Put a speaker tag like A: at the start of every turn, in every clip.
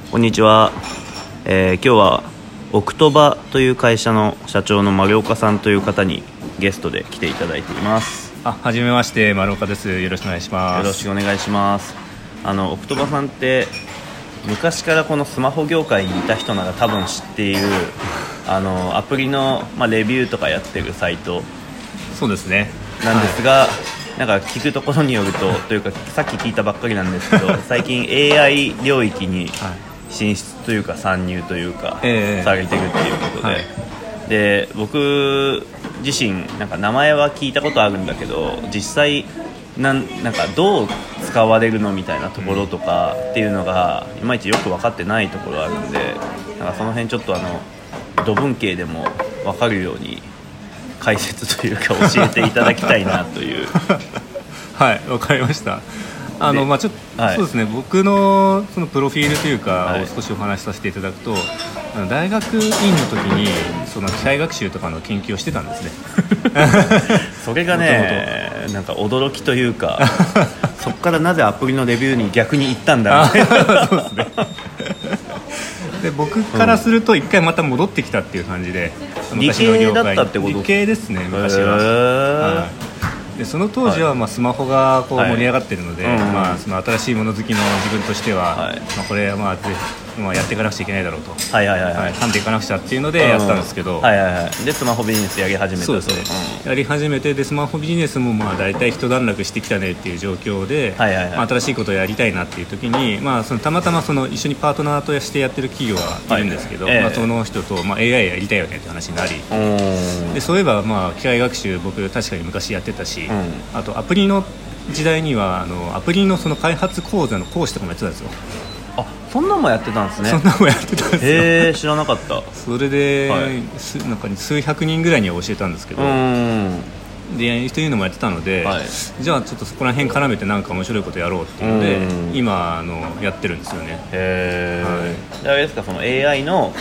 A: こんにちは。今日はオクトバという会社の社長の丸岡さんという方にゲストで来ていただいています。
B: はじめまして、丸岡です。よろしくお願いします。
A: よろしくお願いします。オクトバさんって昔からこのスマホ業界にいた人なら多分知っているアプリの、レビューとかやってるサイト
B: そうですね
A: なんですが、なんか聞くところによるというかさっき聞いたばっかりなんですけど最近 AI 領域に進出というか参入というか、されてるっていうことで、で僕自身なんか名前は聞いたことあるんだけど実際なんかどう使われるのみたいなところとかっていうのがいまいちよく分かってないところあるんで、なんかその辺ちょっと土文系でも分かるように解説というか教えていただきたいなという
B: はい、わかりました。ちょっと、そうですね、僕のそのプロフィールというかを少しお話しさせていただくと、大学院の時にその機械学習とかの研究をしてたんですね
A: それがねなんか驚きというかそこからなぜアプリのレビューに逆に行ったんだみたいな
B: そうですねで僕からすると一回また戻ってきたっていう感じで、
A: 理系だったってこと？
B: 理系ですね、昔は。でその当時はスマホがこう盛り上がっているので、その新しいもの好きの自分としては、これはぜひやっていかなくちゃいけないだろうと、噛んでいかなくちゃっていうのでやったんですけど、
A: でスマホビジネスやり始めた。そうですね、
B: やり始めて、でスマホビジネスも大体一段落してきたねっていう状況で、新しいことをやりたいなっていう時に、そのたまたまその一緒にパートナーとしてやってる企業がいるんですけど、その人と、AI やりたいよねって話になり、でそういえば機械学習僕確かに昔やってたし、あとアプリの時代にはアプリのその開発講座の講師とかもやってたんですよ。
A: あ、そんなのもやってたんですね。
B: そんなのもやってたんですよ。
A: 知らなかった。
B: それで、なんか数百人ぐらいには教えたんですけど、でというのもやってたので、じゃあちょっとそこら辺絡めてなんか面白いことやろうっていうので、今やってるんですよね。
A: あれですか、その AI の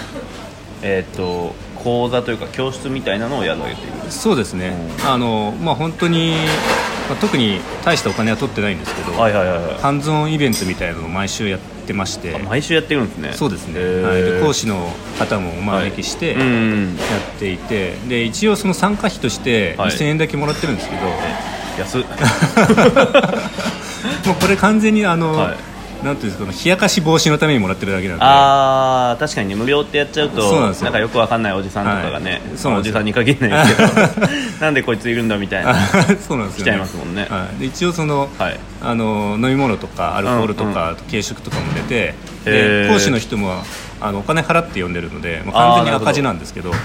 A: 講座というか教室みたいなのをやられている？
B: そうですね、本当に、特に大したお金は取ってないんですけど、ハンズオンイベントみたいなのを毎週やってまして。
A: 毎週やってるんですね。
B: そうですね、で講師の方もお招きしてやっていて、で一応その参加費として2000円だけもらってるんですけど、
A: 安っ
B: もうこれ完全になんていうんですか、冷やかし防止のためにもらってるだけなんで。
A: 確かにね、無料ってやっちゃうとなんかよくわかんないおじさんとかがね、おじさんに限らないですけどなんでこいついるんだみたいな
B: そうなんですよね、
A: 来ちゃいますもんね。
B: で一応その、飲み物とかアルコールとか、軽食とかも出て、で講師の人もお金払って呼んでるので、完全に赤字なんですけど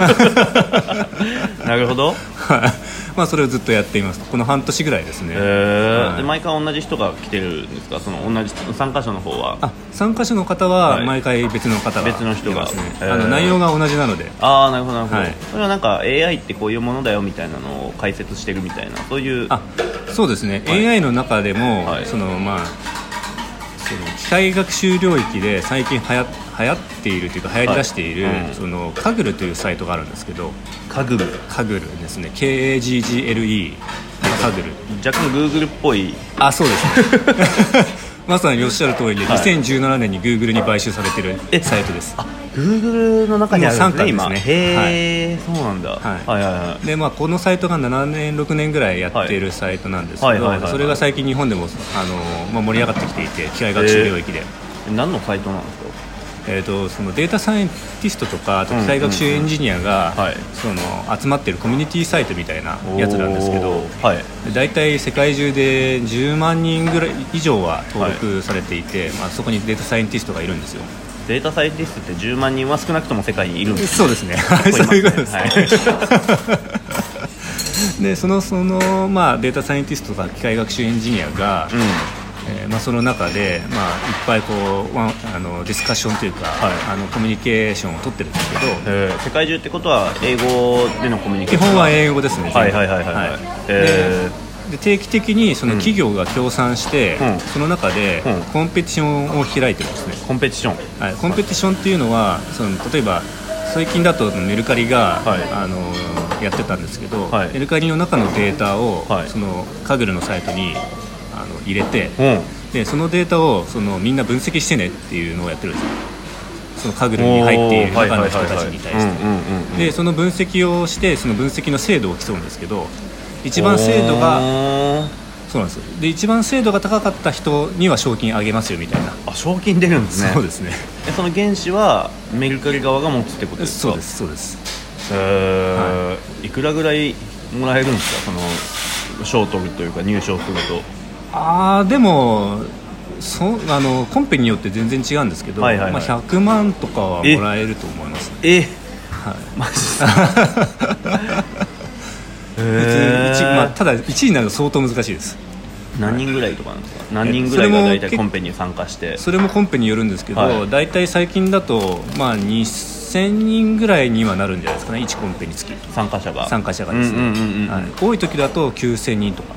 A: なるほど
B: それをずっとやっています。この半年ぐらいですね。
A: で毎回同じ人が来てるんですか？その同じ参加者の方は。
B: 参加者の方は毎回別の方が
A: 別の人が、
B: 内容が同じなので。
A: なるほどなるほど、それはなんか AI ってこういうものだよみたいなのを解説してるみたいな、そういう。
B: そうですね、AI の中でも、その機械学習領域で最近流行っているというか流行り出している、そのカグルというサイトがあるんですけど。カグルですね、 KAGGLE カグル、
A: 若干 Google っぽい。
B: そうですねまさにおっしゃる通りで、2017年に Google に買収されているサイトです。
A: Google の中にあるんですね、今。そうなんだ。
B: でこのサイトが7年6年ぐらいやっているサイトなんですけど、それが最近日本でも盛り上がってきていて、機械学習領域で。
A: 何のサイトなんですか？
B: そのデータサイエンティストとか、あと機械学習エンジニアがその集まっているコミュニティサイトみたいなやつなんですけど、だいたい世界中で10万人ぐらい以上は登録されていて、そこにデータサイエンティストがいるんですよ。
A: データサイエンティストって10万人は少なくとも世界にいるんですか？
B: そうですねそういうことですねでそのデータサイエンティストとか機械学習エンジニアが、その中で、いっぱいこうディスカッションというか、コミュニケーションを取ってるんですけど、
A: 世界中ってことは英語でのコミュニケーション？
B: 基本は英語ですね。で定期的にその企業が協賛して、その中でコンペティションを開いてるんですね。
A: コンペティション、
B: コンペティションっていうのは例えば最近だとメルカリが、やってたんですけど、メルカリの中のデータを、そのカグルのサイトに入れて、 でそのデータをみんな分析してねっていうのをやってるんですよ。そのカグルに入っている中の人たちに対して、でその分析をして、その分析の精度を競うんですけど、一番精度がそうなんですよ。で一番精度が高かった人には賞金あげますよみたいな。
A: あ、賞金出るんですね。
B: そうですね。
A: その原資はメルカリ側が持つってことですか？
B: そうです、そうです。
A: いくらぐらいもらえるんですか、その賞取るというか入賞すると。
B: でもコンペによって全然違うんですけど、100万とかはもらえると思います、ね。はい、マジですか？ただ1位になると相当難しいです。
A: 何人ぐらいとかなんですか？何人ぐらいが大体コンペに参加して。
B: それもコンペによるんですけど、大体最近だと2000人ぐらいにはなるんじゃないですかね、1コンペにつき
A: 参加者が
B: ですね。多い時だと9000人とか。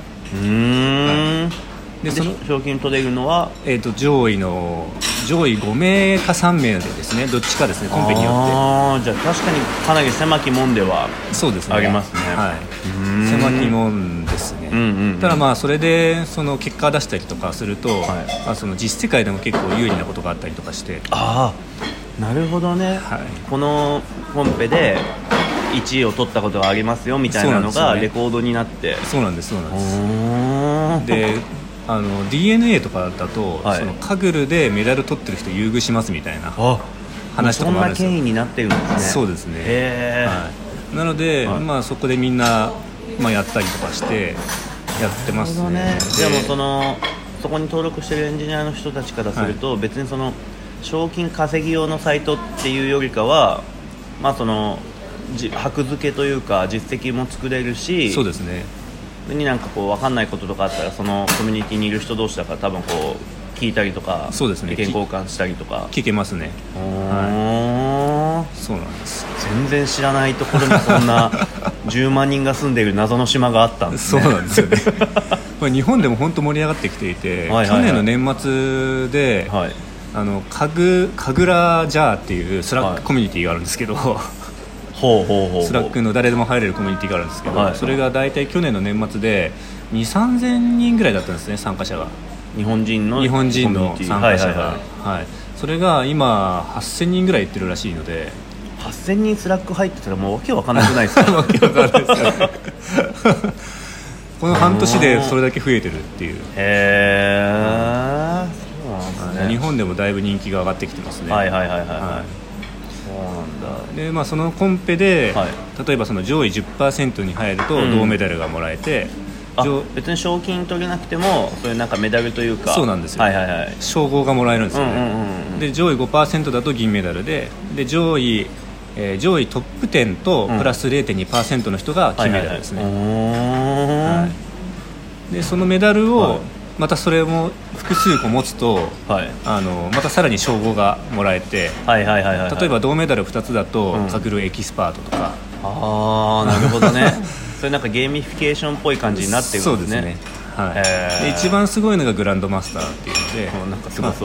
A: でその賞金取れるのは、
B: 上位5名か3名でですね、どっちかですね、コンペによって。
A: じゃあ確かにかなり狭き門ではありますね。
B: 狭き門ですね。ただそれでその結果出したりとかすると、その実世界でも結構有利なことがあったりとかして。
A: なるほどね。このコンペで1位を取ったことがありますよみたいなのがレコードになって。
B: そうなんです。でDNA とかだと、そのカグルでメダル取ってる人優遇しますみたいな話とかもあるんですよ。
A: そんな権威になってるんですね。
B: そうですね。なので、そこでみんな、やったりとかしてやってますね。
A: でもそこに登録してるエンジニアの人たちからすると、別にその賞金稼ぎ用のサイトっていうよりかは、その箔付けというか実績も作れるし。
B: そうですね。
A: になんか分かんないこととかあったら、そのコミュニティにいる人同士だから多分聞いたりとか、
B: そうですね、
A: 意見交換したりとか
B: 聞けますね。そうなんです。
A: 全然知らないところにそんな10万人が住んでいる謎の島があったんですね。
B: そうなんですよね。日本でも本当盛り上がってきていて、去年の年末で、かぐらジャーっていうスラックコミュニティがあるんですけど、スラックの誰でも入れるコミュニティがあるんですけど、それが大体去年の年末で 2,3000 人ぐらいだったんですね、参加者が。
A: 日本人の
B: 参加者が、それが今8000人ぐらいいってるらしいので。
A: 8000人スラック入ってたらもうわけわかんなくないですか？
B: わけわかんないですよね。この半年でそれだけ増えてるっていう。
A: そうなんですね。
B: 日本でもだいぶ人気が上がってきてますね。でそのコンペで、例えばその上位 10% に入ると銅メダルがもらえて、
A: 別に賞金取れなくてもそういうなんかメダルというか。
B: そうなんですよ。称号がもらえるんですよね。で上位 5% だと銀メダルで、上位トップ10とプラス 0.2% の人が金メダルですね。でそのメダルをまたそれも複数個持つと、またさらに称号がもらえて、例えば銅メダル2つだとカグルエキスパートとか。
A: なるほどね。それなんかゲーミフィケーションっぽい感じになってるんですね。
B: そうですね。で一番すごいのがグランドマスターっていうので、
A: なんかすごそう。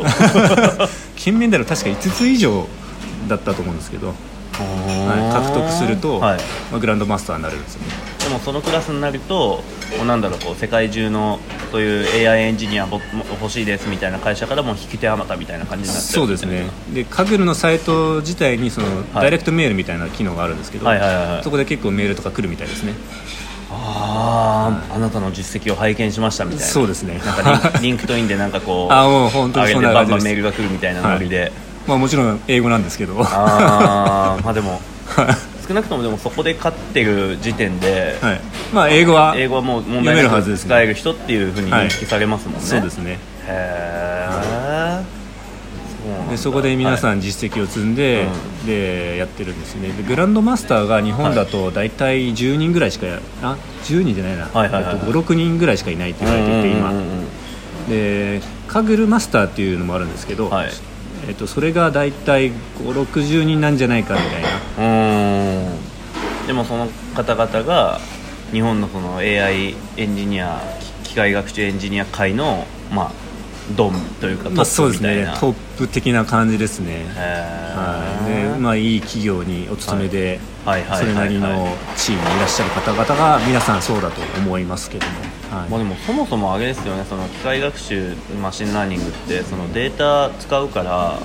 B: 金メダル確か5つ以上だったと思うんですけど、獲得すると、グランドマスターになれるんですよね。
A: でもそのクラスになると世界中のそういう AI エンジニア欲しいですみたいな会社からも引き手あまたみたいな感じになっちゃうんですね。
B: そうですね。でカグルのサイト自体にダイレクトメールみたいな機能があるんですけど、そこで結構メールとか来るみたいですね。
A: あなたの実績を拝見しましたみたいな。
B: そうですね。
A: なんかリンクトインでなんかもう本当にそんな感じでバンバンメールが来るみたいなノリで、
B: もちろん英語なんですけど。
A: でも少なくともでもそこで勝ってる時点で、
B: 英語は
A: もう問題なく使える人っていうふうに認識されますもんね。
B: そうですね。でそこで皆さん実績を積んで、やってるんですね。でグランドマスターが日本だと大体10人ぐらいしか10人じゃないな、5、6人ぐらいしかいないって言われていて、今でカグルマスターっていうのもあるんですけど、それが大体5、60人なんじゃないかみたいな。
A: でもその方々が日本のその AI エンジニア、機械学習エンジニア界のドンというかトップみたいな。
B: そうですね、トップ的な感じですね。いい企業にお勤めで、それなりのチームにいらっしゃる方々が皆さんそうだと思いますけども。
A: まあ、でもそもそもあれですよね、その機械学習マシンラーニングってそのデータ使うから、はい、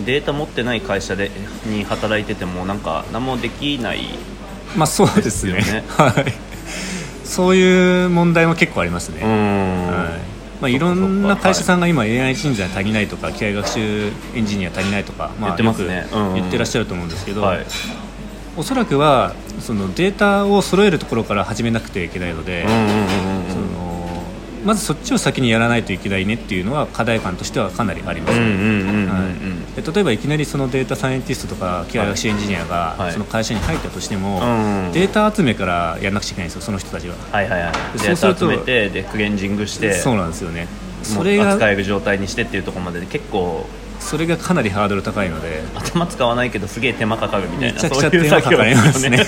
A: データ持ってない会社に働いててもなんか何もできないですよね。
B: まあそうですねはい、そういう問題も結構ありますね。はい、まあ、いろんな会社さんが今 AI 人材足りないとか機械学習エンジニア足りないとか、まあ、
A: 言ってますね。
B: 言ってらっしゃると思うんですけど、はい、おそらくはそのデータを揃えるところから始めなくてはいけないので、まずそっちを先にやらないといけないねっていうのは課題感としてはかなりあります。例えばいきなりそのデータサイエンティストとか機械学習エンジニアがその会社に入ったとしても、データ集めからやらなくちゃいけないんですよ、その人たちは。
A: はいはいはい、データ集めてでクレンジングして、
B: そうなんですよね、
A: それが扱える状態にしてっていうところまでで結構
B: それがかなりハードル高いので、
A: 頭使わないけどすげえ手間かかるみたいな、
B: めちゃくちゃ手間かかりますね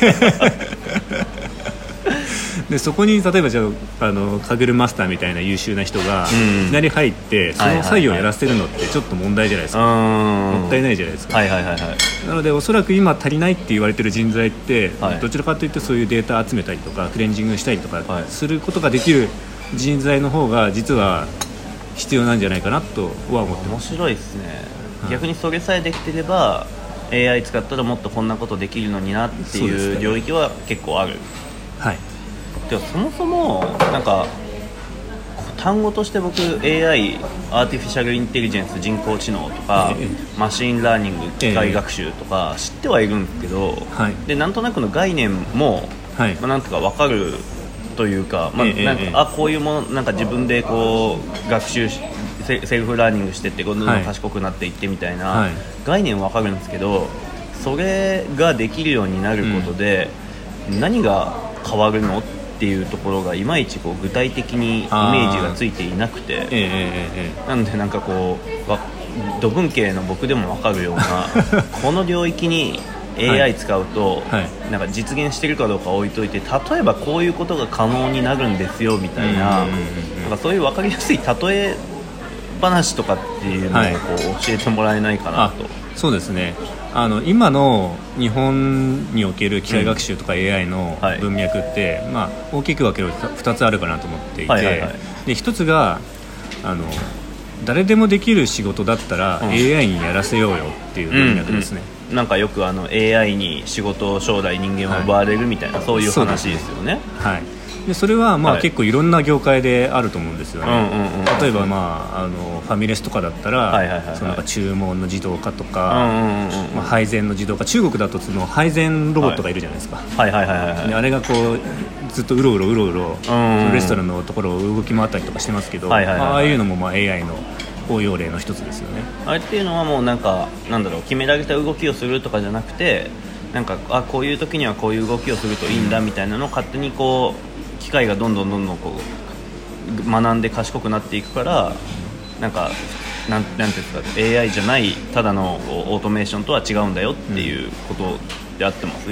B: でそこに例えばじゃあカグルマスターみたいな優秀な人がいきなり入ってその作業をやらせるのってちょっと問題じゃないですか、もったいないじゃないですか、なのでおそらく今足りないって言われてる人材って、どちらかというとそういうデータ集めたりとかクレンジングしたりとかすることができる人材の方が実は必要なんじゃないかなとは思ってます。
A: 面白いですね、逆にそれさえできてれば AI 使ったらもっとこんなことできるのになっていう領域は結構ある。
B: はい、
A: でもそもそもなんか単語として僕 AI アーティフィシャルインテリジェンス人工知能とか、マシンラーニング機械学習とか知ってはいるんですけど、でなんとなくの概念も、まあ、なんとか分かるというか、まあなんかこういうものなんか自分でこう学習セルフラーニングしてってどんどん賢くなっていってみたいな概念は分かるんですけど、それができるようになることで何が変わるのっていうところがいまいちこう具体的にイメージがついていなくて、なのでなんかこう土文系の僕でも分かるようなこの領域に AI 使うと、なんか実現してるかどうか置いといて、例えばこういうことが可能になるんですよみたいな、なんかそういう分かりやすい例え話とかっていうのをこう教えてもらえないかなと。
B: そうですね、今の日本における機械学習とか AI の文脈って、まあ、大きく分けると2つあるかなと思っていて、で1つが誰でもできる仕事だったら AI にやらせようよっていう文脈ですね。
A: なんかよくAI に仕事を将来人間は奪われるみたいな、そういう話ですよね。
B: はい、でそれはまあ結構いろんな業界であると思うんですよね。例えば、まあ、ファミレスとかだったらなんか注文の自動化とか、まあ、配膳の自動化、中国だとその配膳ロボットがいるじゃないですか。あれがこうずっとうろうろレストランのところを動き回ったりとかしてますけど、ああいうのもまあ AI の応用例の一つですよね。
A: あれっていうのはもうなんかなんだろう、決められた動きをするとかじゃなくて、なんかこういう時にはこういう動きをするといいんだみたいなのを勝手にこう機械がどんどんこう学んで賢くなっていくから、なんかなんていうんですか、 AI じゃないただのオートメーションとは違うんだよっていうことであってます。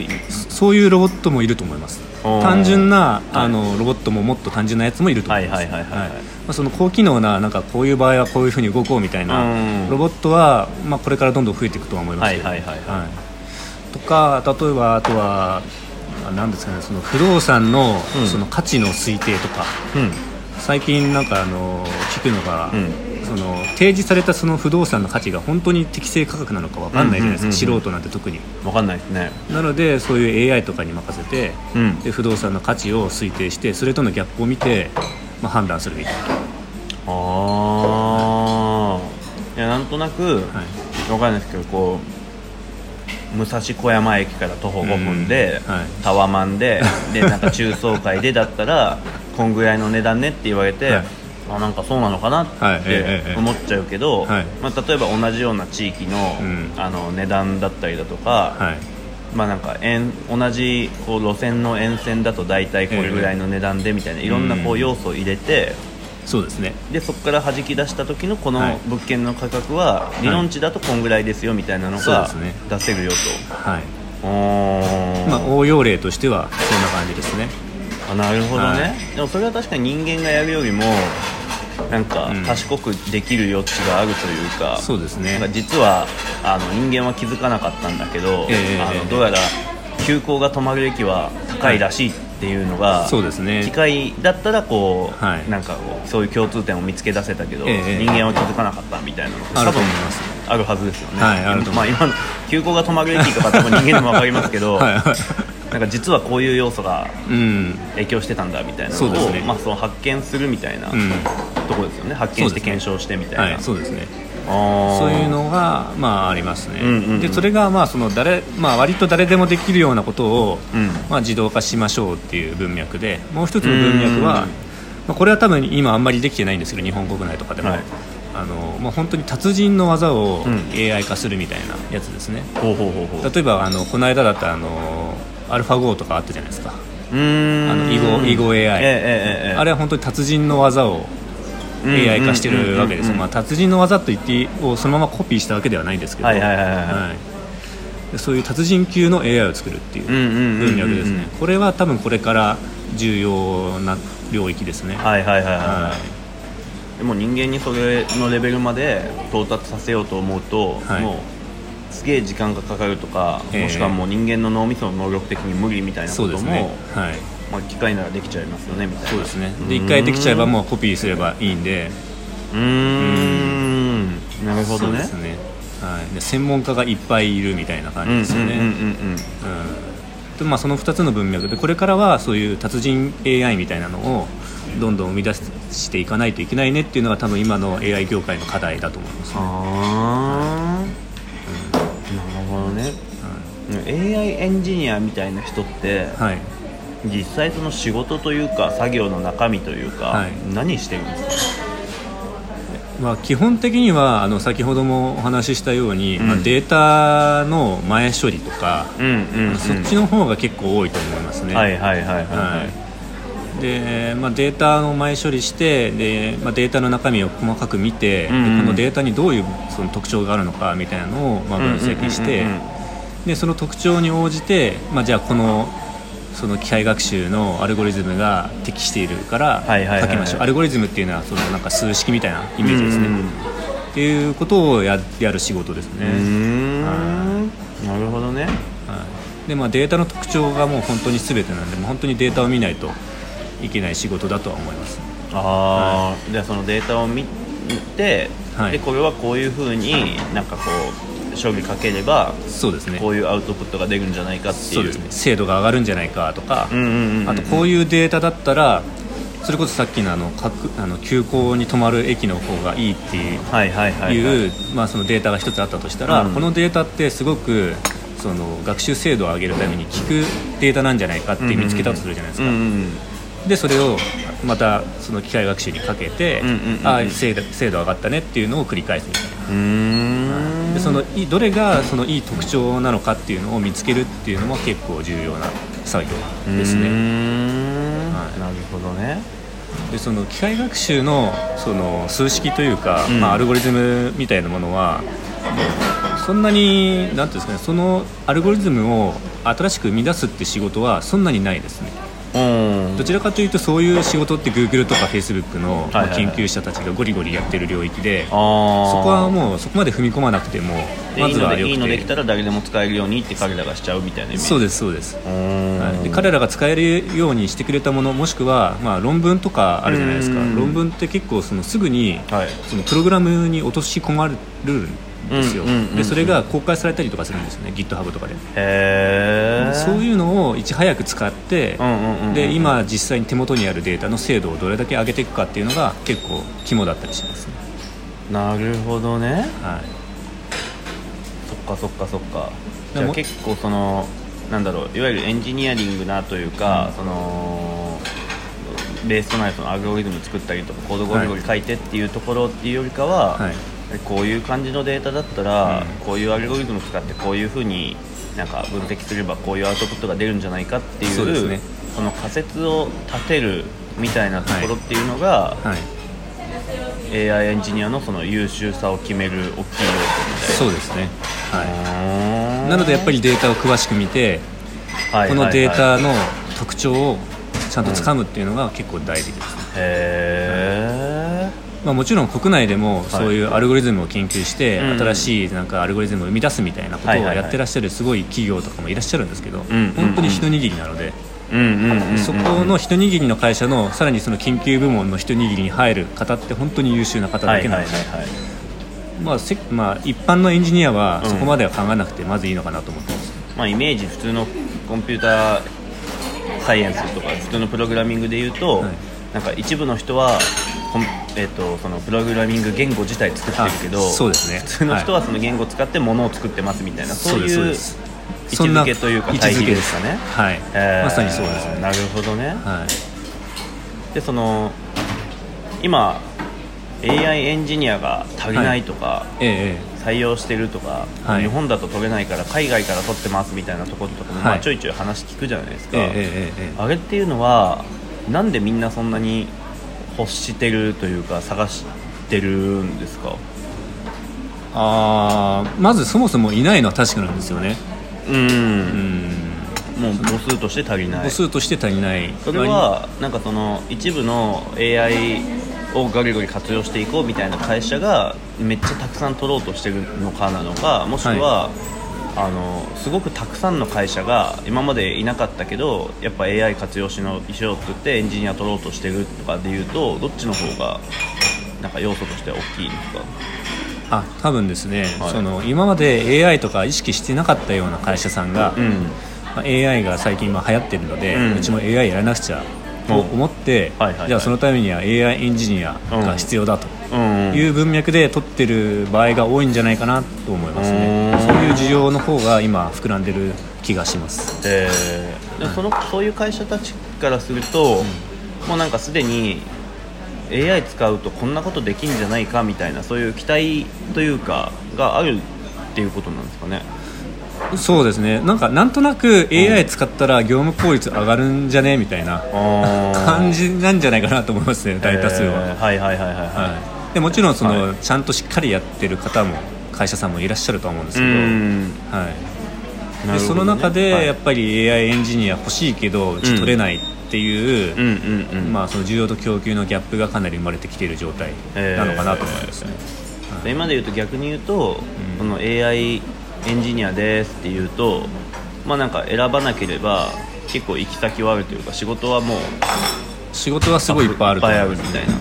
B: そういうロボットもいると思います。単純なロボットももっと単純なやつもいると思います。その高機能な、なんかこういう場合はこういうふうに動こうみたいなロボットは、まあ、これからどんどん増えていくとは思います。とか、例えばあとは何ですかね、その不動産のその価値の推定とか、最近なんか聞くのが、その提示されたその不動産の価値が本当に適正価格なのか分かんないじゃないですか、素人なんて特に
A: 分かんないですね。
B: なのでそういう AI とかに任せて、で不動産の価値を推定してそれとのギャップを見て、まあ、判断するべきだと。
A: いや、なんとなく分かんないですけど、こう武蔵小山駅から徒歩5分で、タワマンでなんか中層階でだったらこんぐらいの値段ねって言われて、なんかそうなのかなって思っちゃうけど、まあ、例えば同じような地域の、値段だったりだとか、まあ、なんか同じこう路線の沿線だと大体これぐらいの値段でみたいな、いろんなこう要素を入れて、
B: そうですね。
A: でそこから弾き出した時のこの物件の価格は理論値だとこんぐらいですよみたいなのが出せるよと。
B: まあ、応用例としてはそんな感じですね。
A: なるほどね。でもそれは確かに人間がやるよりもなんか賢くできる余地があるというか、
B: そうですね。
A: なんか実は人間は気づかなかったんだけど、どうやら急行が止まる駅は高いらしいっっていうのが、
B: そうですね、
A: 機械だったらこう、なんかこうそういう共通点を見つけ出せたけど、人間は気づかなかったみたいなのが多分あるはずですよね。今の急行が止まる駅とか多分人間でも分かりますけどなんか実はこういう要素が影響してたんだみたいなのを、その発見するみたいなところですよね。発見して検証してみたいな。
B: そうですね。そういうのが、ありますね。でそれが割と誰でもできるようなことを、自動化しましょうっていう文脈で、もう一つの文脈は、これは多分今あんまりできてないんですけど、日本国内とかでも、本当に達人の技を AI 化するみたいなやつですね。例えばこの間だったアルファ5とかあったじゃないですか。囲碁 AI、あれは本当に達人の技をAI 化してるわけです。達人の技と言ってをそのままコピーしたわけではないんですけど、そういう達人級の AI を作るっていう分野ですね。これは多分これから重要な領域ですね。
A: でも人間にそれのレベルまで到達させようと思うと、もうすげえ時間がかかるとか、もしくはもう人間の脳みその能力的に無理みたいなことも、機械ならできちゃいますよねみたいな。
B: そうですね。で1回できちゃえばもうコピーすればいいんで。
A: なるほどね。
B: そうですね。で専門家がいっぱいいるみたいな感じですよね。でその2つの文脈でこれからはそういう達人 AI みたいなのをどんどん生み出していかないといけないねっていうのが多分今の AI 業界の課題だと思いますね。
A: なるほどね。AI エンジニアみたいな人って、実際その仕事というか作業の中身というか、何してるんですか？
B: 基本的には先ほどもお話ししたように、データの前処理とか、そっちの方が結構多いと思いますね。でデータの前処理してで、データの中身を細かく見て、このデータにどういうその特徴があるのかみたいなのを分析して、でその特徴に応じて、じゃあその機械学習のアルゴリズムが適しているから書きましょう。アルゴリズムっていうのはそのなんか数式みたいなイメージですね。っていうことをやる仕事ですね。
A: なるほどね。
B: でデータの特徴がもう本当に全てなんで、本当にデータを見ないといけない仕事だとは思います。
A: じゃあそのデータを見て、でこれはこういうふうになんかこう処理かければ、
B: そうですね、
A: こういうアウトプットが出るんじゃないかっていう、
B: そうですね、精度が上がるんじゃないかとか、あとこういうデータだったらそれこそさっきの急行に止まる駅の方がいいっていうそのデータが一つあったとしたら、このデータってすごくその学習精度を上げるために効くデータなんじゃないかって見つけたとするじゃないですか。でそれをまたその機械学習にかけて、精度上がったねっていうのを繰り返すみたいな。でそのどれがそのいい特徴なのかっていうのを見つけるっていうのも結構重要な作業ですね。
A: なるほどね。
B: でその機械学習のその数式というか、アルゴリズムみたいなものはそんなになんていうんですかね、そのアルゴリズムを新しく生み出すって仕事はそんなにないですね。どちらかというとそういう仕事って Google とか Facebook の研究者たちがゴリゴリやってる領域で、そこはもうそこまで踏み込まなくてもまずはよくて、
A: いいのできたら誰でも使えるようにって彼らがしちゃうみたいなイメージ。
B: そうですそうです。で彼らが使えるようにしてくれたもの、もしくは論文とかあるじゃないですか。論文って結構すぐにそのプログラムに落とし込まれるですよ。でそれが公開されたりとかするんですよね、 GitHub とかで。そういうのをいち早く使って、で今実際に手元にあるデータの精度をどれだけ上げていくかっていうのが結構肝だったりしますね。
A: なるほどね。そっか。じゃあ結構そのなんだろう、いわゆるエンジニアリングなというか、そのベースとなるそのアルゴリズム作ったりとかコードゴリゴリ書いてっていうところっていうよりかは、こういう感じのデータだったら、こういうアルゴリズム使ってこういう風になんか分析すればこういうアウトプットが出るんじゃないかっていう、その仮説を立てるみたいなところっていうのが、AI エンジニアのその優秀さを決める大きい要素みたいな。
B: そうですね。なのでやっぱりデータを詳しく見て、このデータの特徴をちゃんと掴むっていうのが結構大事ですね。もちろん国内でもそういうアルゴリズムを研究して、新しいなんかアルゴリズムを生み出すみたいなことをやってらっしゃるすごい企業とかもいらっしゃるんですけど、本当に一握りなので、 そこの一握りの会社のさらにその研究部門の一握りに入る方って本当に優秀な方だけなので、まあ一般のエンジニアはそこまでは考えなくてまずいいのかなと思ってます、
A: イメージ普通のコンピューターサイエンスとか普通のプログラミングでいうと、なんか一部の人はそのプログラミング言語自体作ってるけど、
B: そうですね、
A: 普通の人はその言語を使ってものを作ってますみたいな、そういう位置づけというか対比ですかね。
B: はい、まさにそうですね。
A: なるほどね。でその今 AI エンジニアが足りないとか、採用してるとか、日本だと取れないから海外から取ってますみたいなところとかも、ちょいちょい話聞くじゃないですか、あれっていうのはなんでみんなそんなに欲してるというか探してるんですか？
B: まずそもそもいないのは確かなんですよね。
A: もう母数として足りない。
B: 母数として足りない。
A: それはなんかその一部の AI をガリガリ活用していこうみたいな会社がめっちゃたくさん取ろうとしてるのかなのか、もしくは、すごくたくさんの会社が今までいなかったけどやっぱ AI 活用しようとってエンジニア取ろうとしてるとかでいうと、どっちの方がなんか要素としては大きいんですか？
B: 多分ですね、その今まで AI とか意識してなかったような会社さんが、AI が最近流行ってるので、うちも AI やらなくちゃと思って、じゃあそのためには AI エンジニアが必要だという文脈で取ってる場合が多いんじゃないかなと思いますね。そういう需要の方が今膨らんでる気がします。
A: でそういう会社たちからすると、もうなんかすでに AI 使うとこんなことできるんじゃないかみたいな、そういう期待というかがあるっていうことなんですかね。
B: そうですね、なんとなく AI 使ったら業務効率上がるんじゃねみたいな感じなんじゃないかなと思いますね、大多数は。でもちろんその、ちゃんとしっかりやってる方も会社さんもいらっしゃると思うんですけど、でその中でやっぱり AI エンジニア欲しいけどうち取れないっていう、その需要と供給のギャップがかなり生まれてきている状態なのかなと思いますね。
A: 今で言うと逆に言うと、この AI エンジニアですっていうと、なんか選ばなければ結構行き先はあるというか、仕事は
B: すごいいっぱいあると思います、
A: みたいな。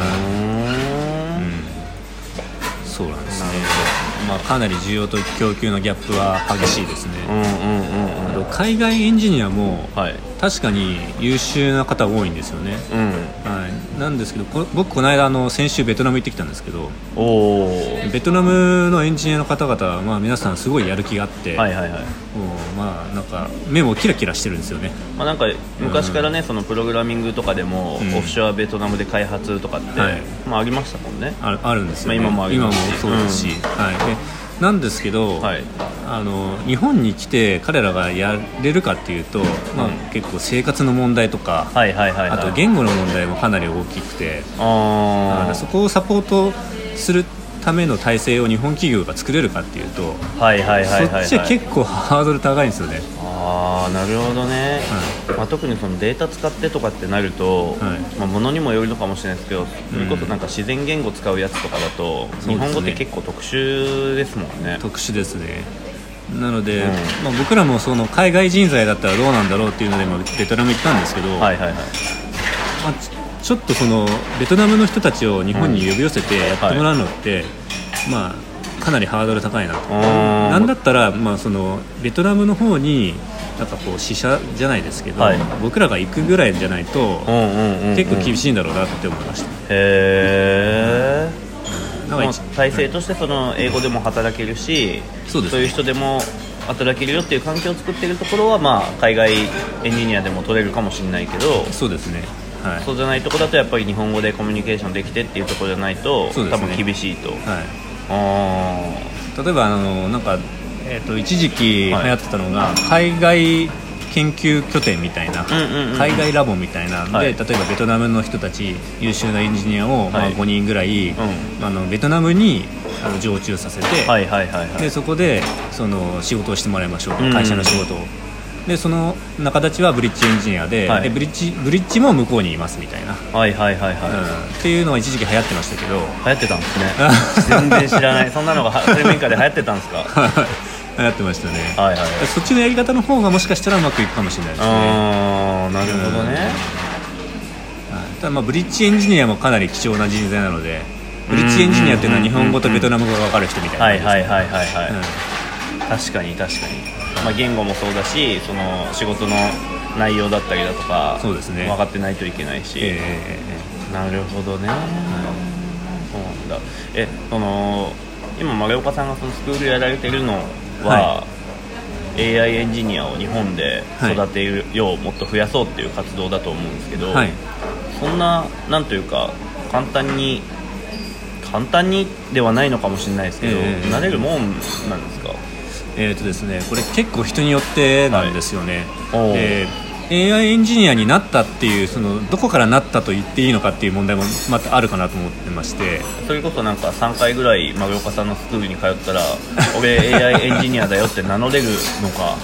B: そうなんですね。かなり需要と供給のギャップは激しいですね。海外エンジニアも確かに優秀な方多いんですよね。なんですけど、僕この間先週ベトナム行ってきたんですけど、ベトナムのエンジニアの方々は、皆さんすごいやる気があって、なんか目もキラキラしてるんですよね。
A: なんか昔からね、そのプログラミングとかでも、オフショアベトナムで開発とかって、ありましたもんね。
B: あるんですよね。
A: 今も
B: そうですし、なんですけど、日本に来て彼らがやれるかっていうと、結構生活の問題とか、あと言語の問題もかなり大きくて、そこをサポートするための体制を日本企業が作れるかっていうと、そっちは結構ハードル高いんですよね。
A: なるほどね。特にそのデータ使ってとかってなると、物にもよるのかもしれないですけど、それこそなんか自然言語使うやつとかだと、日本語って結構特殊ですもんね。
B: 特殊ですね。なので、僕らもその海外人材だったらどうなんだろうっていうのでベトナム行ったんですけど、ちょっとそのベトナムの人たちを日本に呼び寄せてやってもらうのって、かなりハードル高いなと。なんだったら、そのベトナムの方になんかこう支社じゃないですけど、僕らが行くぐらいじゃないと結構厳しいんだろうなって思いました。
A: 体制としてその英語でも働けるし、そういう人でも働けるよっていう環境を作っているところは、海外エンジニアでも取れるかもしれないけど、
B: そうですね、
A: そうじゃないところだとやっぱり日本語でコミュニケーションできてっていうところじゃないと、多分厳しいと。
B: 例えばなんか、一時期流行ってたのが、海外研究拠点みたいな、海外ラボみたいなので、例えばベトナムの人たち優秀なエンジニアを、5人ぐらい、ベトナムに常駐させて、でそこでその仕事をしてもらいましょうと、会社の仕事を。でその仲立ちはブリッジエンジニアで、ブリッジも向こうにいますみたいな、っていうのが一時期流行ってましたけど。
A: 流行ってたんですね。全然知らない。そんなのが水面下で流行ってたんですか？
B: 流行ってましたね、
A: はいはい、
B: そっちのやり方の方がもしかしたらうまくいくかもしれないですね。
A: なるほどね、
B: ただブリッジエンジニアもかなり貴重な人材なので、ブリッジエンジニアっていうのは日本語とベトナム語が分かる人みたいな感じです。
A: 確かに、言語もそうだし、その仕事の内容だったりだとか、そうですね、分かってないといけないし、なるほどね、そうなんだ。今丸岡さんがそのスクールやられてるのは、AI エンジニアを日本で育てるようもっと増やそうっていう活動だと思うんですけど、そんななんというか簡単にではないのかもしれないですけど、なれるもんなんですか？
B: ですね、これ結構人によってなんですよね。AI エンジニアになったっていう、そのどこからなったと言っていいのかっていう問題もまたあるかなと思ってまして、
A: それこそなんか3回ぐらい丸岡さんのスクールに通ったら俺 AI エンジニアだよって名乗れるのか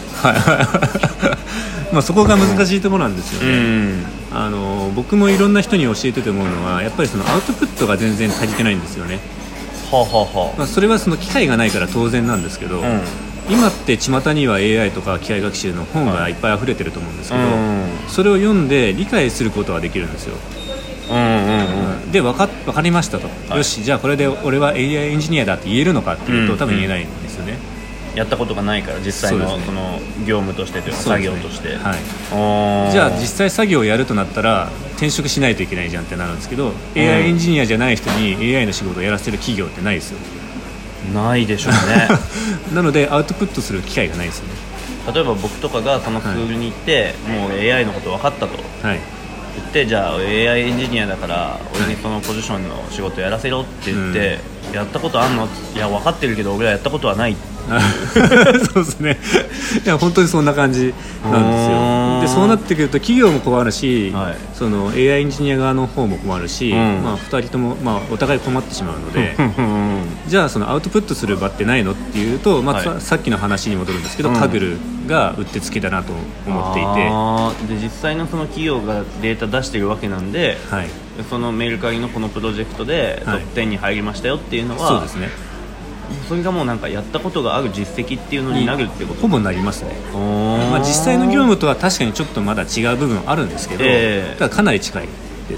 B: そこが難しいところなんですよね。僕もいろんな人に教えてて思うのは、やっぱりそのアウトプットが全然足りてないんですよね。それはその機会がないから当然なんですけど、今って巷には AI とか機械学習の本がいっぱい溢れてると思うんですけど、それを読んで理解することはできるんですよ。で分かりましたと、よしじゃあこれで俺は AI エンジニアだって言えるのかっていうと、多分言えないんですよね。
A: やったことがないから、実際のその業務としてというか作業として、
B: じゃあ実際作業をやるとなったら転職しないといけないじゃんってなるんですけど、AI エンジニアじゃない人に AI の仕事をやらせる企業ってないですよ。
A: ないでしょうね
B: なのでアウトプットする機会がないですよね。
A: 例えば僕とかがそのスクールに行って、もう AI のこと分かったと言って、じゃあ AI エンジニアだから俺にそのポジションの仕事やらせろって言って、やったことあんの？いや分かってるけど俺はやったことはない
B: そうですね。いや本当にそんな感じなんですよ。でそうなってくると企業も困るし、その AI エンジニア側の方も困るし、2人とも、お互い困ってしまうのでじゃあそのアウトプットする場ってないのっていうと、さっきの話に戻るんですけど、カグルがうってつけだなと思っていて、
A: で実際のその企業がデータ出してるわけなんで、そのメルカリのこのプロジェクトでトップ10に入りましたよっていうのは、
B: そうですね、
A: それがもうなんかやったことがある実績っていうのになるってこと？
B: ほぼなりますね。実際の業務とは確かにちょっとまだ違う部分あるんですけど、ただかなり近いです。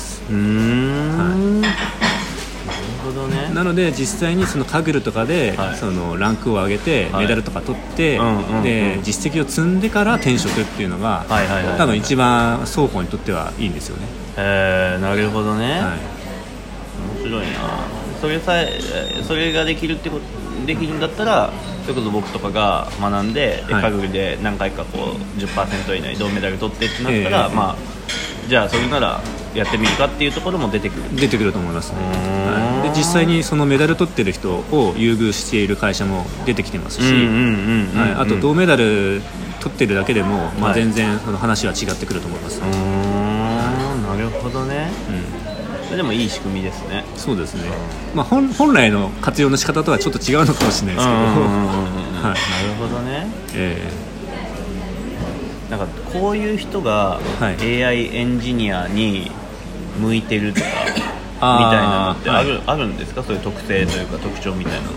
B: なので実際にそのカグルとかで、そのランクを上げてメダルとか取って、で実績を積んでから転職っていうのが、多分一番双方にとってはいいんですよね。
A: なるほどね、面白いな。それができるんだったら、それこそ僕とかが学んで、カグルで何回かこう 10% 以内銅メダル取ってってなったら、じゃあそれならやってみるかっていうところも出てくる
B: と思いますね。で実際にそのメダル取ってる人を優遇している会社も出てきてますし、あと銅メダル取ってるだけでも、全然その話は違ってくると思います。
A: なるほどね、それでもいい仕組みですね。
B: そうですね、本来の活用の仕方とはちょっと違うのかもしれないですけど、
A: なるほどね。なんかこういう人が AI エンジニアに向いてるとかみたいなのってあるんですか？そういう特性というか特徴みたいなのって。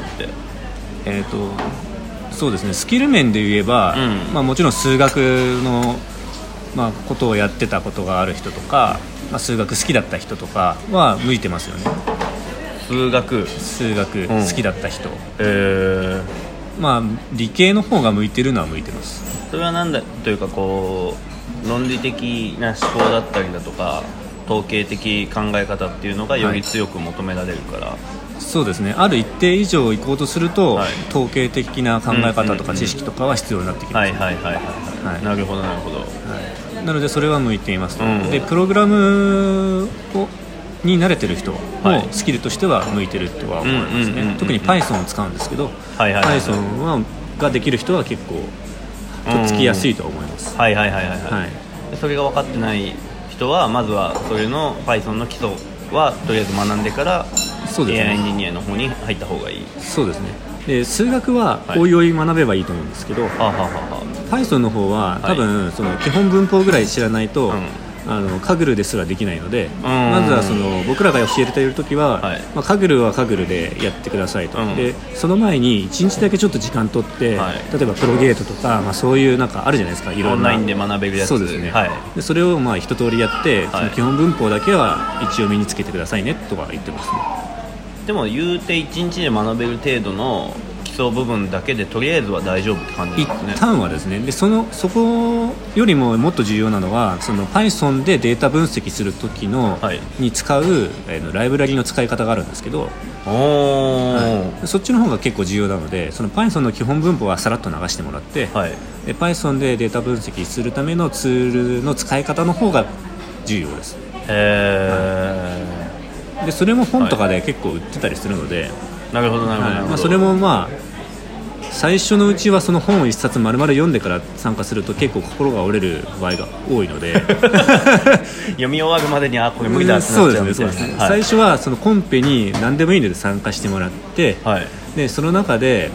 B: そうですね、スキル面で言えば、もちろん数学の、ことをやってたことがある人とか、数学好きだった人とかは向いてますよね。
A: 数学
B: 好きだった人、理系の方が向いてるのは向いてます。
A: それは何だというか、こう論理的な思考だったりだとか統計的考え方っていうのがより強く求められるから、
B: そうですね、ある一定以上行こうとすると、統計的な考え方とか知識とかは必要になってきます。
A: なるほどなるほど。
B: なのでそれは向いています、でプログラムに慣れてる人もスキルとしては向いてるとは思いますね。特に Python を使うんですけど、Python ができる人は結構とっつきやすいと思います。
A: それが分かってない人はまずはそれの Python の基礎はとりあえず学んでから AI エンジニアの方に入った方がいい。
B: そうですね。で数学はおいおい学べばいいと思うんですけど、Python の方は多分その基本文法ぐらい知らないと、 カグルですらできないので、まずは僕らが教えているときは、はい、カグルはカグルでやってくださいと、でその前に1日だけちょっと時間取って、はい、例えばプロゲートとか、そういうなんかあるじゃないですか、いろんな
A: オンラインで学べるやつ。
B: そうですね、はい、でそれを一通りやって、その基本文法だけは一応身につけてくださいねとか言ってますね。
A: でも言うて1日で学べる程度の基礎部分だけでとりあえずは大丈夫って感じですね。
B: 一旦はですね。でそこよりももっと重要なのは、その Python でデータ分析する時の、はい、に使う、ライブラリの使い方があるんですけど、はい、そっちの方が結構重要なので、その Python の基本文法はさらっと流してもらって、はい、で Python でデータ分析するためのツールの使い方の方が重要です。でそれも本とかで結構売ってたりするので、はい、
A: なるほどなるほど、
B: それも最初のうちはその本を一冊丸々読んでから参加すると結構心が折れる場合が多いので
A: 読み終わるまでにこれ無理だってなっちゃうみたいな。
B: そうですね、はい、最初はそのコンペに何でもいいので参加してもらって、はい、でその中で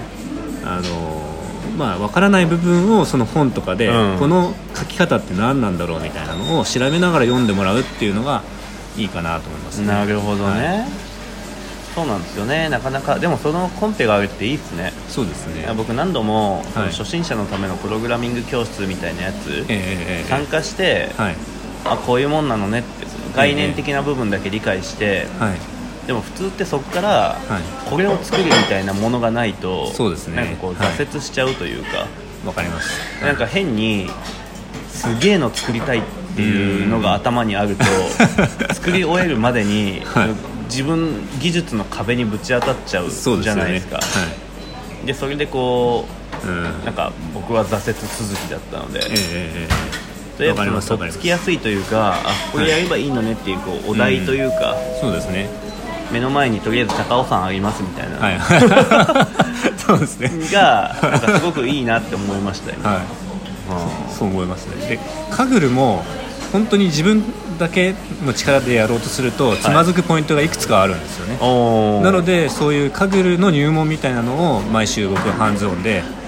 B: 分からない部分をその本とかで、この書き方って何なんだろうみたいなのを調べながら読んでもらうっていうのがいいかなと思いますね。
A: なるほどね、はい、そうなんですよね。なかなかでもそのコンペがあるっていいですね。
B: そうですね。
A: 僕何度も、はい、初心者のためのプログラミング教室みたいなやつ、参加して、はい、こういうもんなのねってその概念的な部分だけ理解して、でも普通ってそこからこれを作るみたいなものがないと、
B: そうですね、
A: なんかこう挫折しちゃうというか、
B: わかります。
A: なんか変にすげえの作りたいっていうのが頭にあると作り終えるまでに、はい、技術の壁にぶち当たっちゃうじゃないですか。でそれでこう、なんか僕は挫折続きだったので、とやっぱとっつきやすいというか、これやればいいのねっていう、こうお題というか、
B: そうですね、
A: 目の前にとりあえず高尾山ありますみたいな、
B: そうですね、
A: がなんかすごくいいなって思いましたよね。
B: そう思いますね。でカグルも本当に自分だけの力でやろうとするとつまずくポイントがいくつかあるんですよね。なのでそういうカグルの入門みたいなのを毎週僕はハンズオンでやってるんです。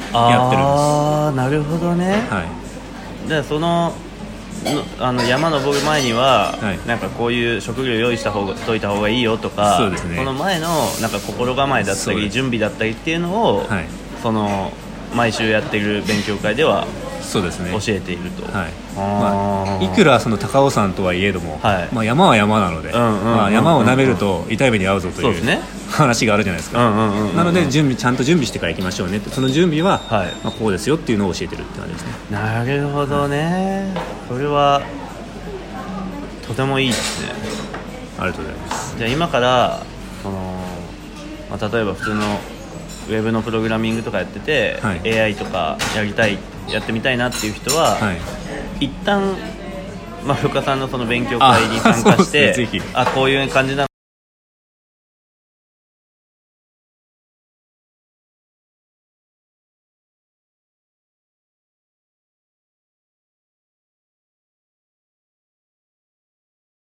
A: なるほどね、はい、じゃあ山登る前には、はい、なんかこういう食料用意しといた方がいいよとか、そうですね、この前のなんか心構えだったり準備だったりっていうのを、はい、毎週やっている勉強会ではそうですね、教えていると、
B: はい、いくらその高尾山とはいえども、はい、山は山なので、山を舐めると痛い目に遭うぞという話があるじゃないですか。なのでちゃんと準備してから行きましょうねって、その準備は、はい、こうですよっていうのを教えてるって感じですね。
A: なるほどね、それはとてもいいですね。
B: ありがとうございます。
A: じゃあ今から例えば普通のウェブのプログラミングとかやってて、はい、AI とかやってみたいなっていう人は、はい、一旦深さんのその勉強会に参加して、こういう感じな